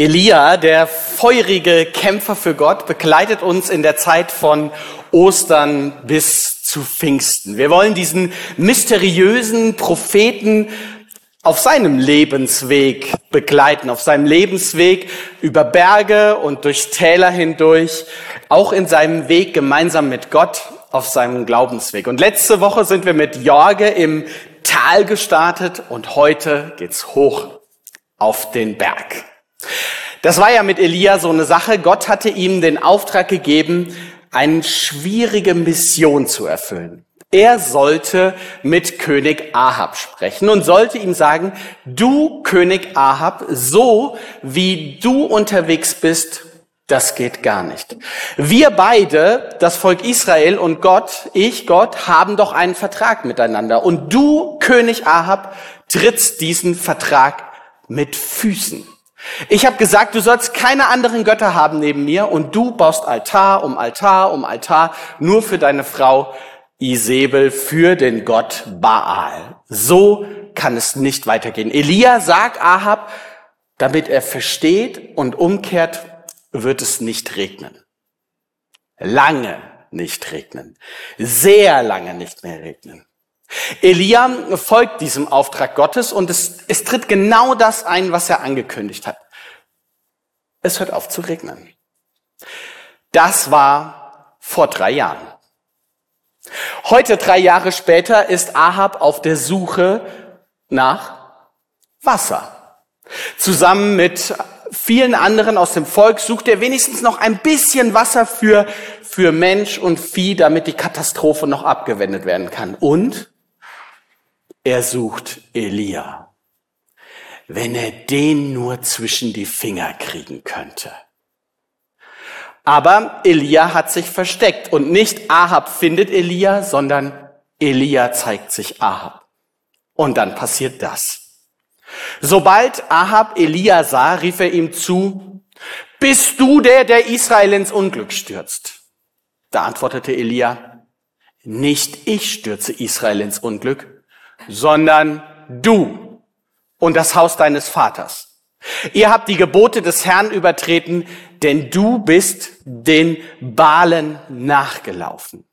Elia, der feurige Kämpfer für Gott, begleitet uns in der Zeit von Ostern bis zu Pfingsten. Wir wollen diesen mysteriösen Propheten auf seinem Lebensweg begleiten, auf seinem Lebensweg über Berge und durch Täler hindurch, auch in seinem Weg gemeinsam mit Gott auf seinem Glaubensweg. Und letzte Woche sind wir mit Jorge im Tal gestartet und heute geht's hoch auf den Berg. Das war ja mit Elia so eine Sache. Gott hatte ihm den Auftrag gegeben, eine schwierige Mission zu erfüllen. Er sollte mit König Ahab sprechen und sollte ihm sagen, du König Ahab, so wie du unterwegs bist, das geht gar nicht. Wir beide, das Volk Israel und Gott, Gott, haben doch einen Vertrag miteinander. Und du, König Ahab, trittst diesen Vertrag mit Füßen. Ich habe gesagt, du sollst keine anderen Götter haben neben mir und du baust Altar um Altar um Altar nur für deine Frau Isebel, für den Gott Baal. So kann es nicht weitergehen. Elia sagt Ahab, damit er versteht und umkehrt, wird es nicht regnen. Lange nicht regnen. Sehr lange nicht mehr regnen. Elia folgt diesem Auftrag Gottes und es tritt genau das ein, was er angekündigt hat. Es hört auf zu regnen. Das war vor 3 Jahren. Heute, 3 Jahre später, ist Ahab auf der Suche nach Wasser. Zusammen mit vielen anderen aus dem Volk sucht er wenigstens noch ein bisschen Wasser für Mensch und Vieh, damit die Katastrophe noch abgewendet werden kann. Und er sucht Elia. Wenn er den nur zwischen die Finger kriegen könnte. Aber Elia hat sich versteckt und nicht Ahab findet Elia, sondern Elia zeigt sich Ahab. Und dann passiert das. Sobald Ahab Elia sah, rief er ihm zu, bist du der Israel ins Unglück stürzt? Da antwortete Elia, nicht ich stürze Israel ins Unglück, sondern du und das Haus deines Vaters. Ihr habt die Gebote des Herrn übertreten, denn du bist den Baalen nachgelaufen.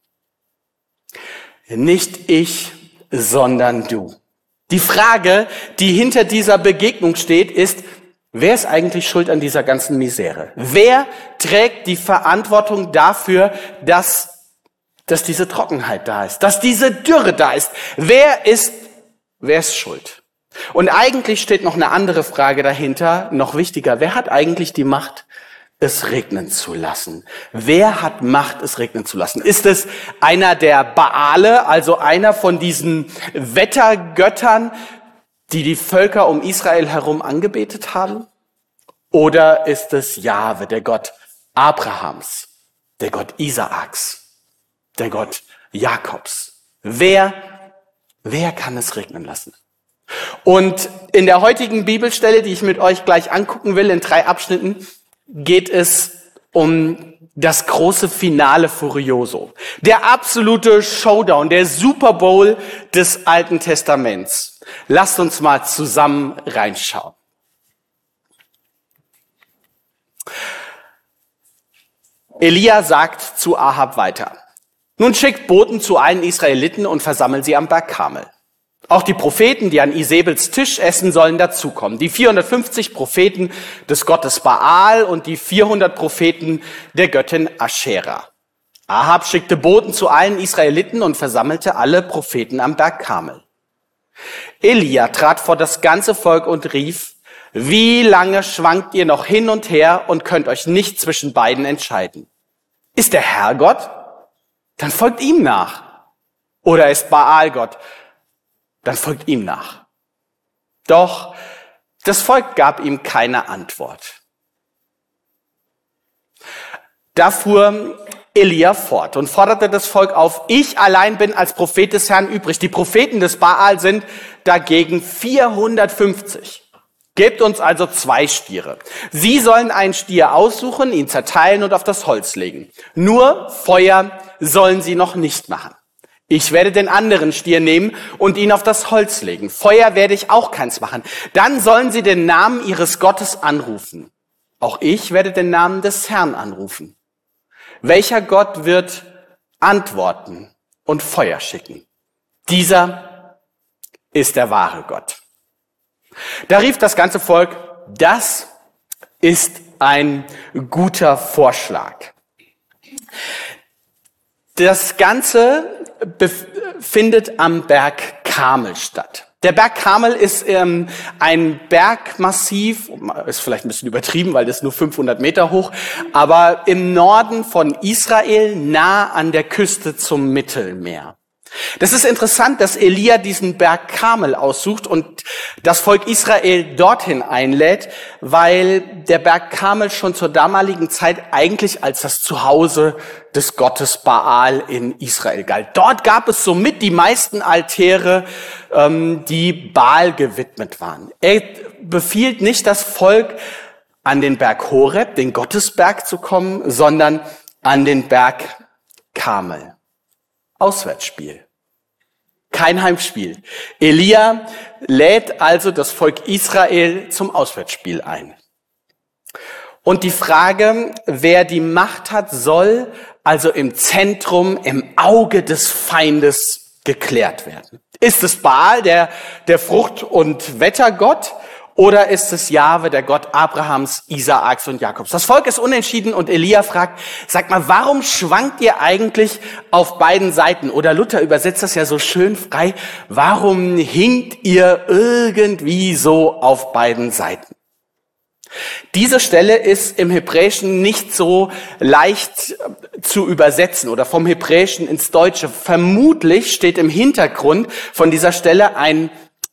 Nicht ich, sondern du. Die Frage, die hinter dieser Begegnung steht, ist, wer ist eigentlich schuld an dieser ganzen Misere? Wer trägt die Verantwortung dafür, dass diese Trockenheit da ist, dass diese Dürre da ist? Wer ist schuld? Und eigentlich steht noch eine andere Frage dahinter, noch wichtiger. Wer hat eigentlich die Macht, es regnen zu lassen? Wer hat Macht, es regnen zu lassen? Ist es einer der Baale, also einer von diesen Wettergöttern, die die Völker um Israel herum angebetet haben? Oder ist es Jahwe, der Gott Abrahams, der Gott Isaaks, der Gott Jakobs? Wer kann es regnen lassen? Und in der heutigen Bibelstelle, die ich mit euch gleich angucken will, in 3 Abschnitten, geht es um das große Finale Furioso. Der absolute Showdown, der Super Bowl des Alten Testaments. Lasst uns mal zusammen reinschauen. Elia sagt zu Ahab weiter. Nun schickt Boten zu allen Israeliten und versammelt sie am Berg Karmel. Auch die Propheten, die an Isebels Tisch essen, sollen dazukommen. Die 450 Propheten des Gottes Baal und die 400 Propheten der Göttin Aschera. Ahab schickte Boten zu allen Israeliten und versammelte alle Propheten am Berg Karmel. Elia trat vor das ganze Volk und rief, wie lange schwankt ihr noch hin und her und könnt euch nicht zwischen beiden entscheiden? Ist der Herr Gott? Dann folgt ihm nach. Oder ist Baal Gott? Dann folgt ihm nach. Doch das Volk gab ihm keine Antwort. Da fuhr Elia fort und forderte das Volk auf, ich allein bin als Prophet des Herrn übrig. Die Propheten des Baal sind dagegen 450. Gebt uns also 2 Stiere. Sie sollen einen Stier aussuchen, ihn zerteilen und auf das Holz legen. Nur Feuer sollen sie noch nicht machen. Ich werde den anderen Stier nehmen und ihn auf das Holz legen. Feuer werde ich auch keins machen. Dann sollen sie den Namen ihres Gottes anrufen. Auch ich werde den Namen des Herrn anrufen. Welcher Gott wird antworten und Feuer schicken? Dieser ist der wahre Gott. Da rief das ganze Volk, das ist ein guter Vorschlag. Das Ganze findet am Berg Karmel statt. Der Berg Karmel ist ein Bergmassiv, ist vielleicht ein bisschen übertrieben, weil das nur 500 Meter hoch, aber im Norden von Israel, nah an der Küste zum Mittelmeer. Das ist interessant, dass Elia diesen Berg Karmel aussucht und das Volk Israel dorthin einlädt, weil der Berg Karmel schon zur damaligen Zeit eigentlich als das Zuhause des Gottes Baal in Israel galt. Dort gab es somit die meisten Altäre, die Baal gewidmet waren. Er befiehlt nicht das Volk, an den Berg Horeb, den Gottesberg, zu kommen, sondern an den Berg Karmel. Auswärtsspiel. Kein Heimspiel. Elia lädt also das Volk Israel zum Auswärtsspiel ein. Und die Frage, wer die Macht hat, soll also im Zentrum, im Auge des Feindes geklärt werden. Ist es Baal, der Frucht- und Wettergott? Oder ist es Jahwe, der Gott Abrahams, Isaaks und Jakobs? Das Volk ist unentschieden und Elia fragt, sag mal, warum schwankt ihr eigentlich auf beiden Seiten? Oder Luther übersetzt das ja so schön frei, warum hinkt ihr irgendwie so auf beiden Seiten? Diese Stelle ist im Hebräischen nicht so leicht zu übersetzen oder vom Hebräischen ins Deutsche. Vermutlich steht im Hintergrund von dieser Stelle ein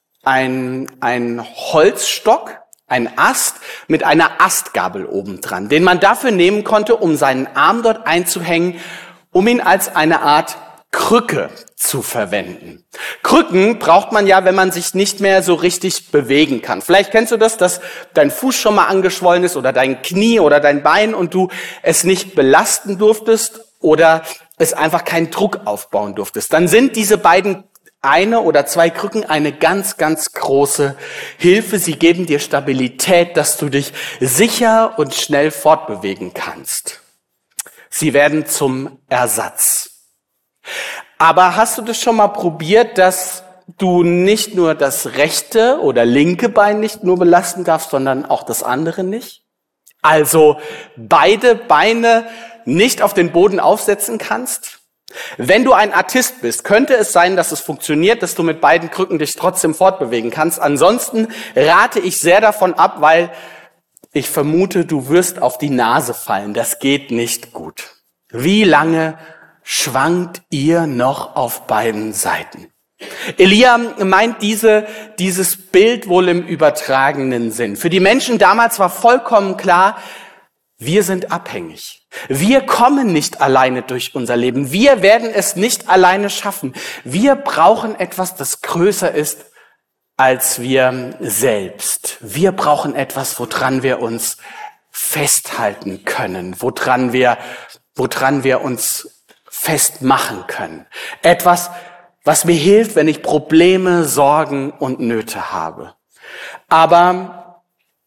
Holzstock, ein Ast mit einer Astgabel obendran, den man dafür nehmen konnte, um seinen Arm dort einzuhängen, um ihn als eine Art Krücke zu verwenden. Krücken braucht man ja, wenn man sich nicht mehr so richtig bewegen kann. Vielleicht kennst du das, dass dein Fuß schon mal angeschwollen ist oder dein Knie oder dein Bein und du es nicht belasten durftest oder es einfach keinen Druck aufbauen durftest. Dann sind diese beiden eine oder zwei Krücken eine ganz, ganz große Hilfe. Sie geben dir Stabilität, dass du dich sicher und schnell fortbewegen kannst. Sie werden zum Ersatz. Aber hast du das schon mal probiert, dass du nicht nur das rechte oder linke Bein nicht nur belasten darfst, sondern auch das andere nicht? Also beide Beine nicht auf den Boden aufsetzen kannst? Wenn du ein Artist bist, könnte es sein, dass es funktioniert, dass du mit beiden Krücken dich trotzdem fortbewegen kannst. Ansonsten rate ich sehr davon ab, weil ich vermute, du wirst auf die Nase fallen. Das geht nicht gut. Wie lange schwankt ihr noch auf beiden Seiten? Elia meint dieses Bild wohl im übertragenen Sinn. Für die Menschen damals war vollkommen klar, wir sind abhängig. Wir kommen nicht alleine durch unser Leben. Wir werden es nicht alleine schaffen. Wir brauchen etwas, das größer ist als wir selbst. Wir brauchen etwas, woran wir uns festhalten können, woran wir uns festmachen können. Etwas, was mir hilft, wenn ich Probleme, Sorgen und Nöte habe. Aber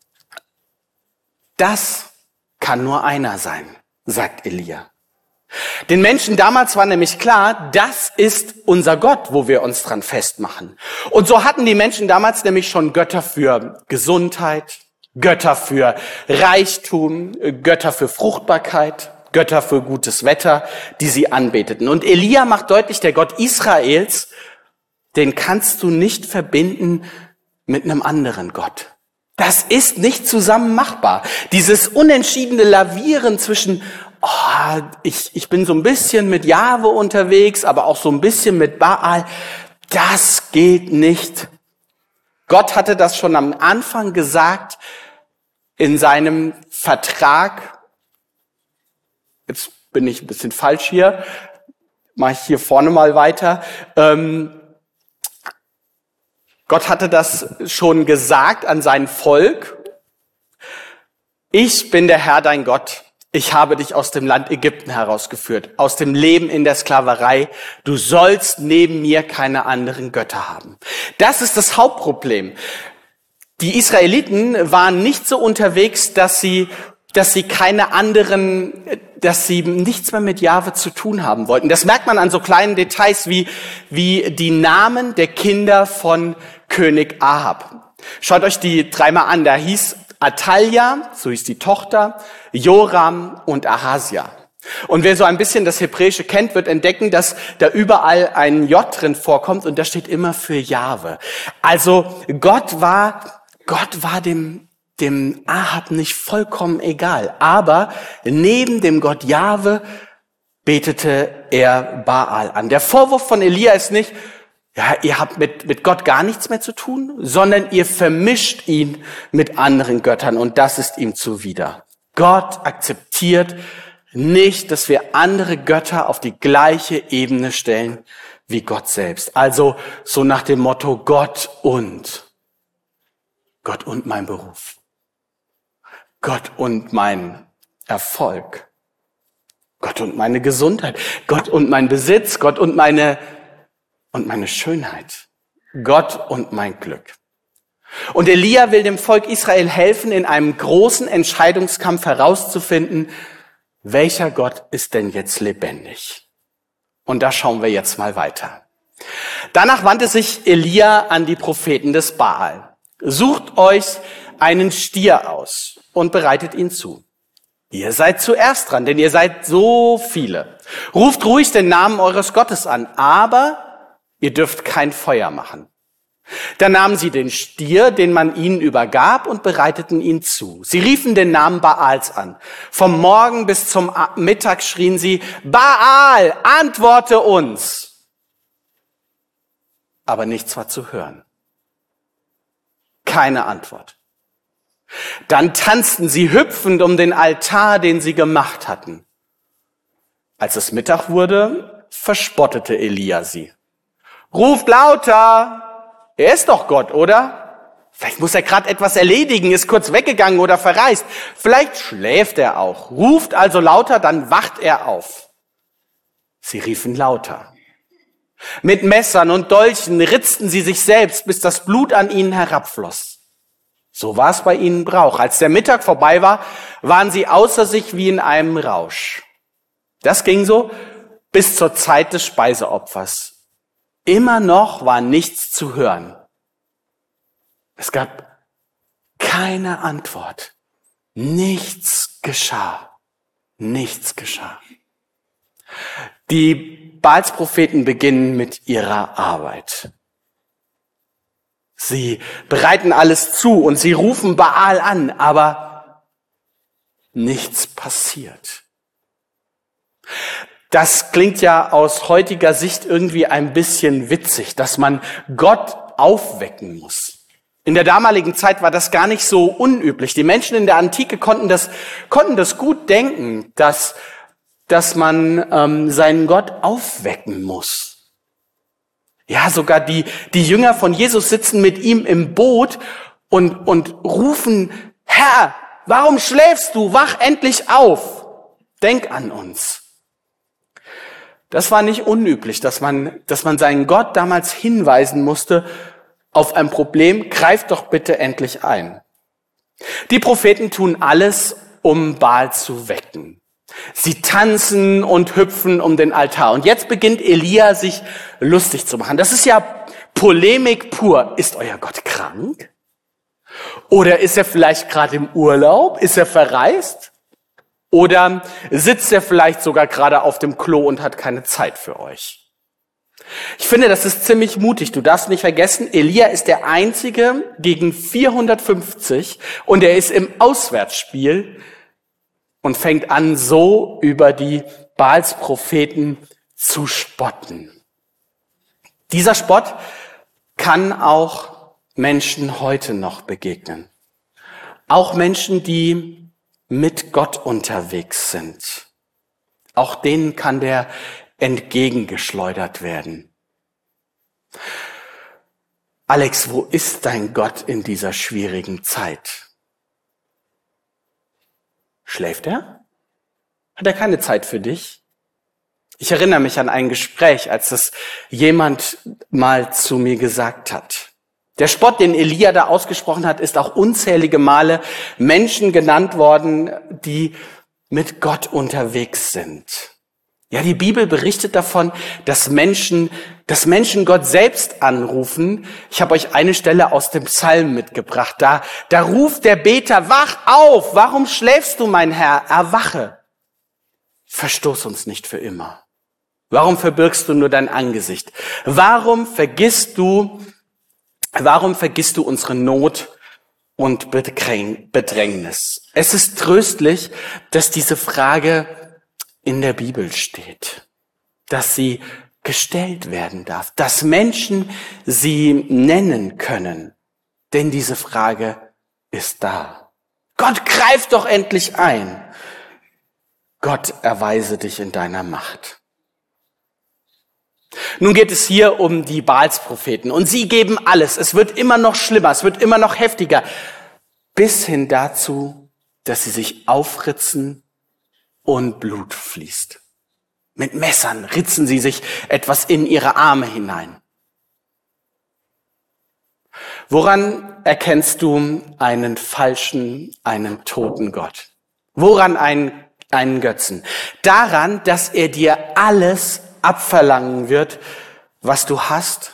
das kann nur einer sein, sagt Elia. Den Menschen damals war nämlich klar, das ist unser Gott, wo wir uns dran festmachen. Und so hatten die Menschen damals nämlich schon Götter für Gesundheit, Götter für Reichtum, Götter für Fruchtbarkeit, Götter für gutes Wetter, die sie anbeteten. Und Elia macht deutlich, der Gott Israels, den kannst du nicht verbinden mit einem anderen Gott. Das ist nicht zusammen machbar. Dieses unentschiedene Lavieren zwischen, ich bin so ein bisschen mit Jahwe unterwegs, aber auch so ein bisschen mit Baal, das geht nicht. Gott hatte das schon am Anfang gesagt in seinem Vertrag. Jetzt bin ich ein bisschen falsch hier. Mache ich hier vorne mal weiter. Gott hatte das schon gesagt an sein Volk. Ich bin der Herr, dein Gott. Ich habe dich aus dem Land Ägypten herausgeführt, aus dem Leben in der Sklaverei. Du sollst neben mir keine anderen Götter haben. Das ist das Hauptproblem. Die Israeliten waren nicht so unterwegs, dass sie dass sie dass sie nichts mehr mit Jahwe zu tun haben wollten. Das merkt man an so kleinen Details wie die Namen der Kinder von König Ahab. Schaut euch die dreimal an. Da hieß Athalja, so hieß die Tochter, Joram und Ahasia. Und wer so ein bisschen das Hebräische kennt, wird entdecken, dass da überall ein J drin vorkommt und das steht immer für Jahwe. Also Gott war dem Ahab nicht vollkommen egal. Aber neben dem Gott Jahwe betete er Baal an. Der Vorwurf von Elia ist nicht, ja, ihr habt mit Gott gar nichts mehr zu tun, sondern ihr vermischt ihn mit anderen Göttern und das ist ihm zuwider. Gott akzeptiert nicht, dass wir andere Götter auf die gleiche Ebene stellen wie Gott selbst. Also so nach dem Motto Gott und mein Beruf. Gott und mein Erfolg. Gott und meine Gesundheit. Gott und mein Besitz. Gott und meine Schönheit. Gott und mein Glück. Und Elia will dem Volk Israel helfen, in einem großen Entscheidungskampf herauszufinden, welcher Gott ist denn jetzt lebendig? Und da schauen wir jetzt mal weiter. Danach wandte sich Elia an die Propheten des Baal. Sucht euch einen Stier aus und bereitet ihn zu. Ihr seid zuerst dran, denn ihr seid so viele. Ruft ruhig den Namen eures Gottes an, aber ihr dürft kein Feuer machen. Dann nahmen sie den Stier, den man ihnen übergab, und bereiteten ihn zu. Sie riefen den Namen Baals an. Vom Morgen bis zum Mittag schrien sie, Baal, antworte uns! Aber nichts war zu hören. Keine Antwort. Dann tanzten sie hüpfend um den Altar, den sie gemacht hatten. Als es Mittag wurde, verspottete Elia sie. Ruft lauter! Er ist doch Gott, oder? Vielleicht muss er gerade etwas erledigen, ist kurz weggegangen oder verreist. Vielleicht schläft er auch. Ruft also lauter, dann wacht er auf. Sie riefen lauter. Mit Messern und Dolchen ritzten sie sich selbst, bis das Blut an ihnen herabfloss. So war es bei ihnen Brauch. Als der Mittag vorbei war, waren sie außer sich wie in einem Rausch. Das ging so bis zur Zeit des Speiseopfers. Immer noch war nichts zu hören. Es gab keine Antwort. Nichts geschah. Nichts geschah. Die Baalspropheten beginnen mit ihrer Arbeit. Sie bereiten alles zu und sie rufen Baal an, aber nichts passiert. Das klingt ja aus heutiger Sicht irgendwie ein bisschen witzig, dass man Gott aufwecken muss. In der damaligen Zeit war das gar nicht so unüblich. Die Menschen in der Antike konnten das gut denken, dass man seinen Gott aufwecken muss. Ja, sogar die Jünger von Jesus sitzen mit ihm im Boot und rufen, Herr, warum schläfst du? Wach endlich auf. Denk an uns. Das war nicht unüblich, dass man seinen Gott damals hinweisen musste auf ein Problem, greift doch bitte endlich ein. Die Propheten tun alles, um Baal zu wecken. Sie tanzen und hüpfen um den Altar. Und jetzt beginnt Elia, sich lustig zu machen. Das ist ja Polemik pur. Ist euer Gott krank? Oder ist er vielleicht gerade im Urlaub? Ist er verreist? Oder sitzt er vielleicht sogar gerade auf dem Klo und hat keine Zeit für euch? Ich finde, das ist ziemlich mutig. Du darfst nicht vergessen, Elia ist der Einzige gegen 450 und er ist im Auswärtsspiel und fängt an, so über die Baalspropheten zu spotten. Dieser Spott kann auch Menschen heute noch begegnen. Auch Menschen, die mit Gott unterwegs sind. Auch denen kann der entgegengeschleudert werden. Alex, wo ist dein Gott in dieser schwierigen Zeit? Schläft er? Hat er keine Zeit für dich? Ich erinnere mich an ein Gespräch, als das jemand mal zu mir gesagt hat. Der Spott, den Elia da ausgesprochen hat, ist auch unzählige Male Menschen genannt worden, die mit Gott unterwegs sind. Ja, die Bibel berichtet davon, dass Menschen Gott selbst anrufen. Ich habe euch eine Stelle aus dem Psalm mitgebracht. Da ruft der Beter: Wach auf! Warum schläfst du, mein Herr? Erwache! Verstoß uns nicht für immer. Warum verbirgst du nur dein Angesicht? Warum vergisst du unsere Not und Bedrängnis? Es ist tröstlich, dass diese Frage in der Bibel steht, dass sie gestellt werden darf, dass Menschen sie nennen können, denn diese Frage ist da. Gott, greif doch endlich ein. Gott, erweise dich in deiner Macht. Nun geht es hier um die Baalspropheten und sie geben alles. Es wird immer noch schlimmer, es wird immer noch heftiger, bis hin dazu, dass sie sich aufritzen und Blut fließt. Mit Messern ritzen sie sich etwas in ihre Arme hinein. Woran erkennst du einen falschen, einen toten Gott? Woran einen Götzen? Daran, dass er dir alles abverlangen wird, was du hast,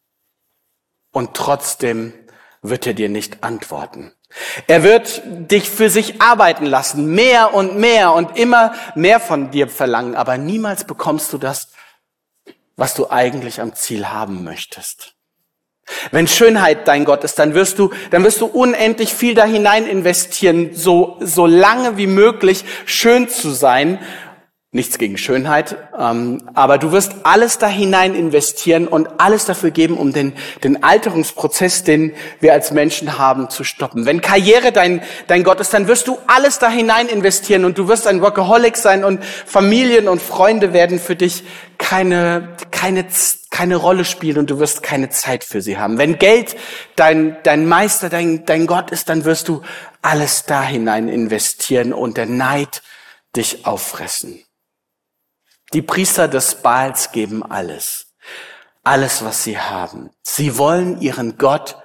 und trotzdem wird er dir nicht antworten. Er wird dich für sich arbeiten lassen, mehr und immer mehr von dir verlangen, aber niemals bekommst du das, was du eigentlich am Ziel haben möchtest. Wenn Schönheit dein Gott ist, dann wirst du unendlich viel da hinein investieren, so lange wie möglich schön zu sein. Nichts gegen Schönheit, aber du wirst alles da hinein investieren und alles dafür geben, um den Alterungsprozess, den wir als Menschen haben, zu stoppen. Wenn Karriere dein Gott ist, dann wirst du alles da hinein investieren und du wirst ein Workaholic sein und Familien und Freunde werden für dich keine Rolle spielen und du wirst keine Zeit für sie haben. Wenn Geld dein Meister, dein Gott ist, dann wirst du alles da hinein investieren und der Neid dich auffressen. Die Priester des Baals geben alles, was sie haben. Sie wollen ihren Gott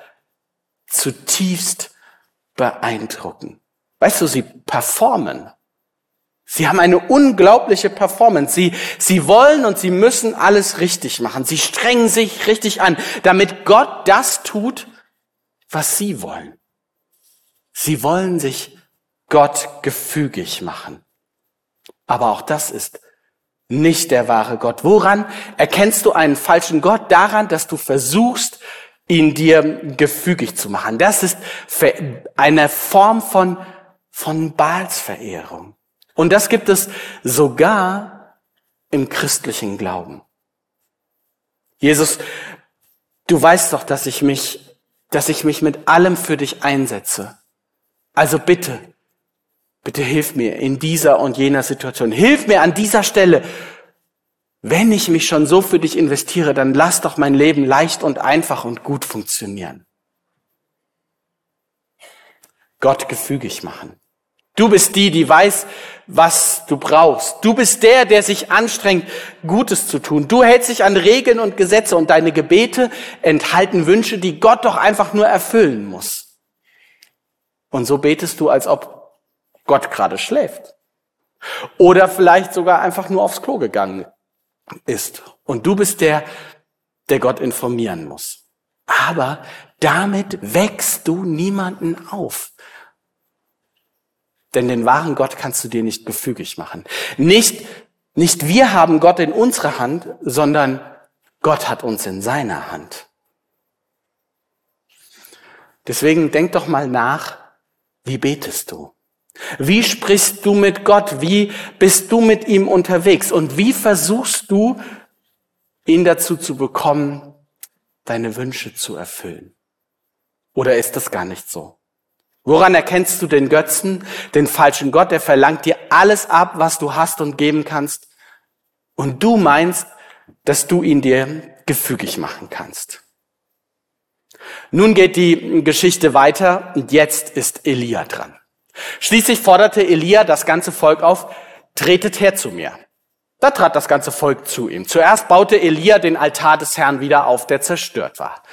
zutiefst beeindrucken. Weißt du, sie performen. Sie haben eine unglaubliche Performance. Sie wollen und sie müssen alles richtig machen. Sie strengen sich richtig an, damit Gott das tut, was sie wollen. Sie wollen sich Gott gefügig machen. Aber auch das ist nicht der wahre Gott. Woran erkennst du einen falschen Gott? Daran, dass du versuchst, ihn dir gefügig zu machen. Das ist eine Form von Baalsverehrung. Und das gibt es sogar im christlichen Glauben. Jesus, du weißt doch, dass ich mich mit allem für dich einsetze. Also bitte hilf mir in dieser und jener Situation. Hilf mir an dieser Stelle. Wenn ich mich schon so für dich investiere, dann lass doch mein Leben leicht und einfach und gut funktionieren. Gott gefügig machen. Du bist die weiß, was du brauchst. Du bist der sich anstrengt, Gutes zu tun. Du hältst dich an Regeln und Gesetze und deine Gebete enthalten Wünsche, die Gott doch einfach nur erfüllen muss. Und so betest du, als ob Gott gerade schläft. Oder vielleicht sogar einfach nur aufs Klo gegangen ist. Und du bist der Gott informieren muss. Aber damit wächst du niemanden auf. Denn den wahren Gott kannst du dir nicht gefügig machen. Nicht wir haben Gott in unserer Hand, sondern Gott hat uns in seiner Hand. Deswegen denk doch mal nach, wie betest du? Wie sprichst du mit Gott? Wie bist du mit ihm unterwegs? Und wie versuchst du, ihn dazu zu bekommen, deine Wünsche zu erfüllen? Oder ist das gar nicht so? Woran erkennst du den Götzen, den falschen Gott? Der verlangt dir alles ab, was du hast und geben kannst. Und du meinst, dass du ihn dir gefügig machen kannst. Nun geht die Geschichte weiter und jetzt ist Elia dran. Schließlich forderte Elia das ganze Volk auf: Tretet her zu mir. Da trat das ganze Volk zu ihm. Zuerst baute Elia den Altar des Herrn wieder auf, der zerstört war.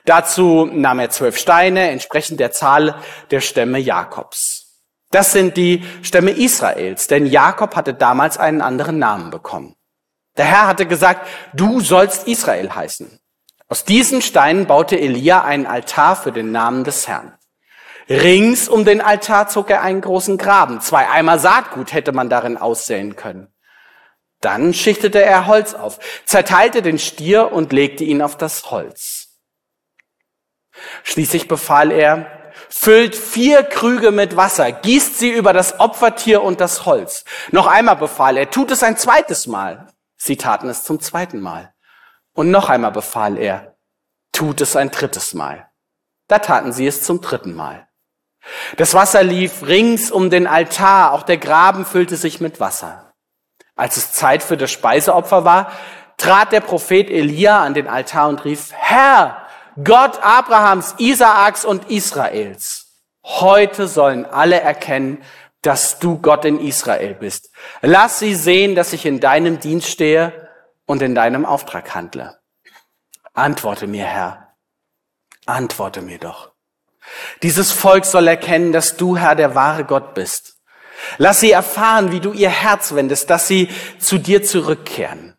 Dazu nahm er 12 Steine, entsprechend der Zahl der Stämme Jakobs. Das sind die Stämme Israels, denn Jakob hatte damals einen anderen Namen bekommen. Der Herr hatte gesagt, du sollst Israel heißen. Aus diesen Steinen baute Elia einen Altar für den Namen des Herrn. Rings um den Altar zog er einen großen Graben. 2 Eimer Saatgut hätte man darin aussäen können. Dann schichtete er Holz auf, zerteilte den Stier und legte ihn auf das Holz. Schließlich befahl er, füllt 4 Krüge mit Wasser, gießt sie über das Opfertier und das Holz. Noch einmal befahl er, tut es ein zweites Mal. Sie taten es zum 2. Mal. Und noch einmal befahl er, tut es ein 3. Mal. Da taten sie es zum 3. Mal. Das Wasser lief rings um den Altar, auch der Graben füllte sich mit Wasser. Als es Zeit für das Speiseopfer war, trat der Prophet Elia an den Altar und rief, Herr, Gott Abrahams, Isaaks und Israels, heute sollen alle erkennen, dass du Gott in Israel bist. Lass sie sehen, dass ich in deinem Dienst stehe und in deinem Auftrag handle. Antworte mir, Herr, antworte mir doch. Dieses Volk soll erkennen, dass du, Herr, der wahre Gott bist. Lass sie erfahren, wie du ihr Herz wendest, dass sie zu dir zurückkehren.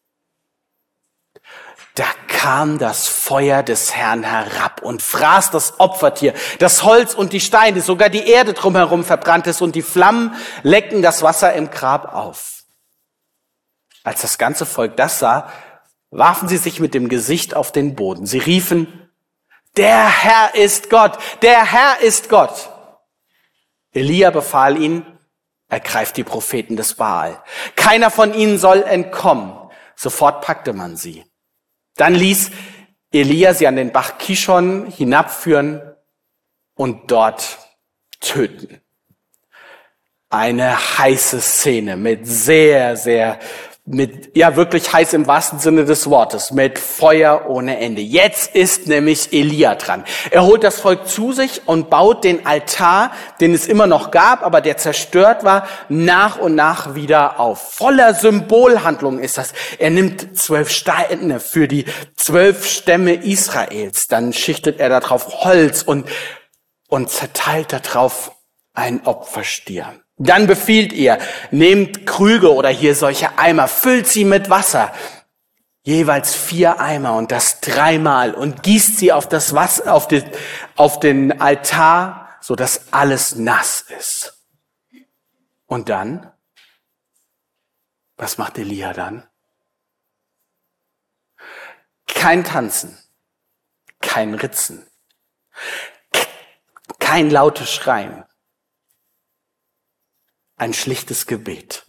Da kam das Feuer des Herrn herab und fraß das Opfertier, das Holz und die Steine, sogar die Erde drumherum verbrannte es und die Flammen leckten das Wasser im Grab auf. Als das ganze Volk das sah, warfen sie sich mit dem Gesicht auf den Boden. Sie riefen, der Herr ist Gott, der Herr ist Gott. Elia befahl ihnen, ergreift die Propheten des Baal. Keiner von ihnen soll entkommen. Sofort packte man sie. Dann ließ Elia sie an den Bach Kishon hinabführen und dort töten. Eine heiße Szene mit wirklich heiß im wahrsten Sinne des Wortes, mit Feuer ohne Ende. Jetzt ist nämlich Elia dran. Er holt das Volk zu sich und baut den Altar, den es immer noch gab, aber der zerstört war, nach und nach wieder auf. Voller Symbolhandlung ist das. Er nimmt 12 Steine für die 12 Stämme Israels. Dann schichtet er darauf Holz und zerteilt darauf ein Opferstier. Dann befiehlt ihr, nehmt Krüge oder hier solche Eimer, füllt sie mit Wasser, jeweils 4 Eimer und das 3-mal und gießt sie auf das Wasser, auf den Altar, so dass alles nass ist. Und dann, was macht Elia dann? Kein Tanzen, kein Ritzen, kein lautes Schreien. Ein schlichtes Gebet.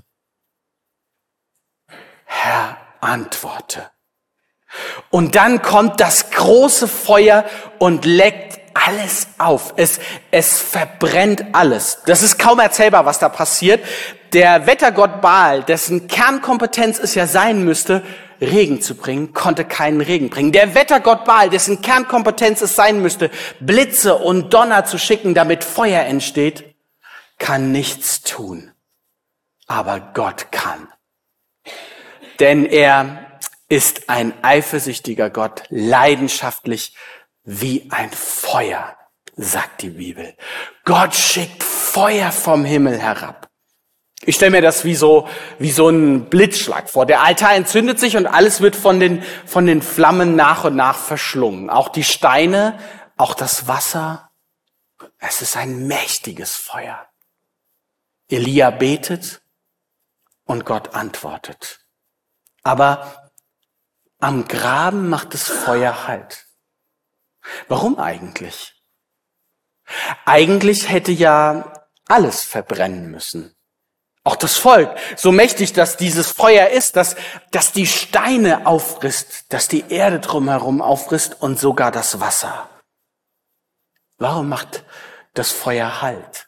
Herr, antworte. Und dann kommt das große Feuer und leckt alles auf. Es verbrennt alles. Das ist kaum erzählbar, was da passiert. Der Wettergott Baal, dessen Kernkompetenz es ja sein müsste, Regen zu bringen, konnte keinen Regen bringen. Der Wettergott Baal, dessen Kernkompetenz es sein müsste, Blitze und Donner zu schicken, damit Feuer entsteht, kann nichts tun, aber Gott kann. Denn er ist ein eifersüchtiger Gott, leidenschaftlich wie ein Feuer, sagt die Bibel. Gott schickt Feuer vom Himmel herab. Ich stelle mir das wie so ein Blitzschlag vor. Der Altar entzündet sich und alles wird von den Flammen nach und nach verschlungen. Auch die Steine, auch das Wasser. Es ist ein mächtiges Feuer. Elia betet und Gott antwortet. Aber am Graben macht das Feuer Halt. Warum eigentlich? Eigentlich hätte ja alles verbrennen müssen. Auch das Volk, so mächtig, dass dieses Feuer ist, dass die Steine auffrisst, dass die Erde drumherum auffrisst und sogar das Wasser. Warum macht das Feuer Halt?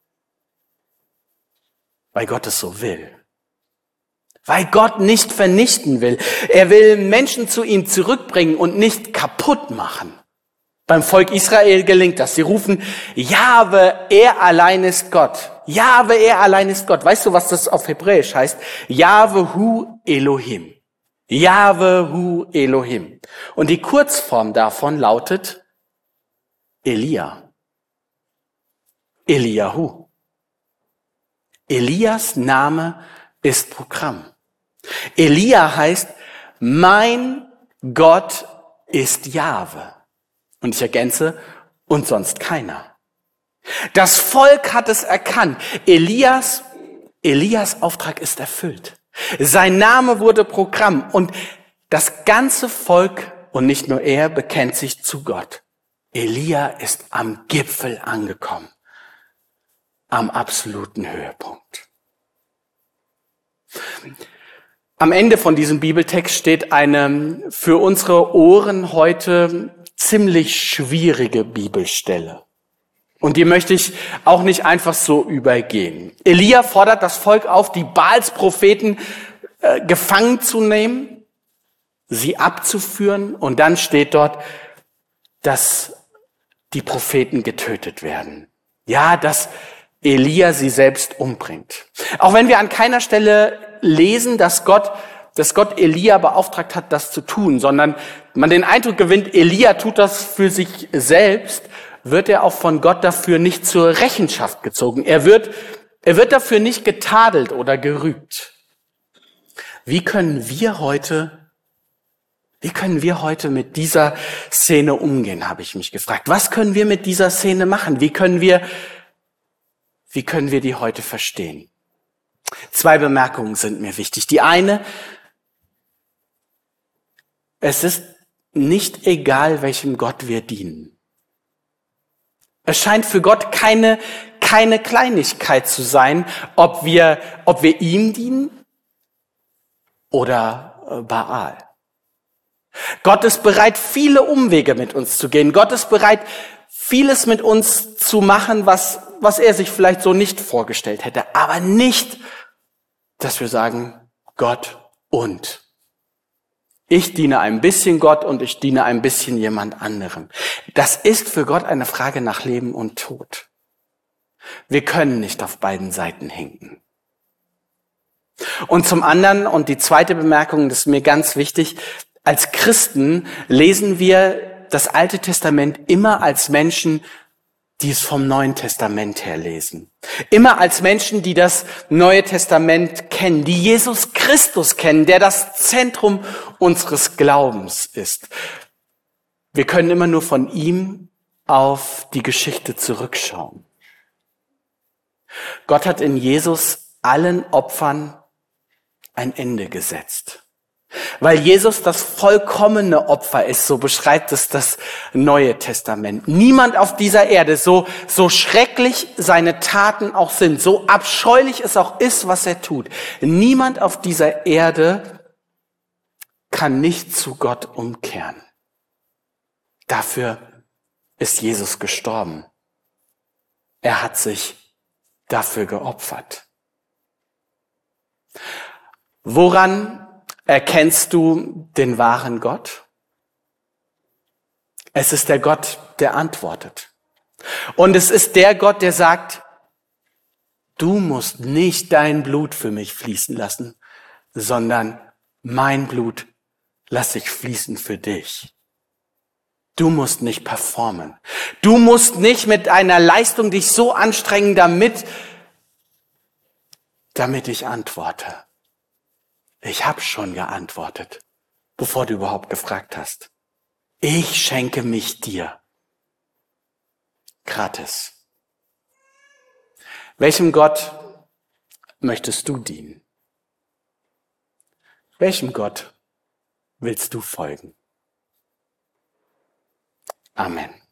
Weil Gott es so will. Weil Gott nicht vernichten will. Er will Menschen zu ihm zurückbringen und nicht kaputt machen. Beim Volk Israel gelingt das. Sie rufen, Jahwe, er allein ist Gott. Jahwe, er allein ist Gott. Weißt du, was das auf Hebräisch heißt? Jahwe hu Elohim. Jahwe Hu Elohim. Und die Kurzform davon lautet Elia. Eliahu. Elias Name ist Programm. Elia heißt, mein Gott ist Jahwe. Und ich ergänze, und sonst keiner. Das Volk hat es erkannt. Elias Auftrag ist erfüllt. Sein Name wurde Programm und das ganze Volk und nicht nur er bekennt sich zu Gott. Elia ist am Gipfel angekommen, am absoluten Höhepunkt. Am Ende von diesem Bibeltext steht eine für unsere Ohren heute ziemlich schwierige Bibelstelle. Und die möchte ich auch nicht einfach so übergehen. Elia fordert das Volk auf, die Baals-Propheten gefangen zu nehmen, sie abzuführen. Und dann steht dort, dass die Propheten getötet werden. Ja, dass Elia sie selbst umbringt. Auch wenn wir an keiner Stelle lesen, dass Gott Elia beauftragt hat, das zu tun, sondern man den Eindruck gewinnt, Elia tut das für sich selbst, wird er auch von Gott dafür nicht zur Rechenschaft gezogen. Er wird dafür nicht getadelt oder gerügt. Wie können wir heute mit dieser Szene umgehen, habe ich mich gefragt. Was können wir mit dieser Szene machen? Wie können wir die heute verstehen? 2 Bemerkungen sind mir wichtig. Die eine, es ist nicht egal, welchem Gott wir dienen. Es scheint für Gott keine Kleinigkeit zu sein, ob wir ihm dienen oder Baal. Gott ist bereit, viele Umwege mit uns zu gehen. Gott ist bereit, vieles mit uns zu machen, was er sich vielleicht so nicht vorgestellt hätte. Aber nicht, dass wir sagen, Gott und. Ich diene ein bisschen Gott und ich diene ein bisschen jemand anderem. Das ist für Gott eine Frage nach Leben und Tod. Wir können nicht auf beiden Seiten hinken. Und zum anderen, und die zweite Bemerkung, das ist mir ganz wichtig, als Christen lesen wir das Alte Testament immer als Menschen, die es vom Neuen Testament her lesen. Immer als Menschen, die das Neue Testament kennen, die Jesus Christus kennen, der das Zentrum unseres Glaubens ist. Wir können immer nur von ihm auf die Geschichte zurückschauen. Gott hat in Jesus allen Opfern ein Ende gesetzt. Weil Jesus das vollkommene Opfer ist, so beschreibt es das Neue Testament. Niemand auf dieser Erde, so schrecklich seine Taten auch sind, so abscheulich es auch ist, was er tut, niemand auf dieser Erde kann nicht zu Gott umkehren. Dafür ist Jesus gestorben. Er hat sich dafür geopfert. Woran erkennst du den wahren Gott? Es ist der Gott, der antwortet. Und es ist der Gott, der sagt, du musst nicht dein Blut für mich fließen lassen, sondern mein Blut lass ich fließen für dich. Du musst nicht performen. Du musst nicht mit einer Leistung dich so anstrengen, damit ich antworte. Ich habe schon geantwortet, bevor du überhaupt gefragt hast. Ich schenke mich dir. Gratis. Welchem Gott möchtest du dienen? Welchem Gott willst du folgen? Amen.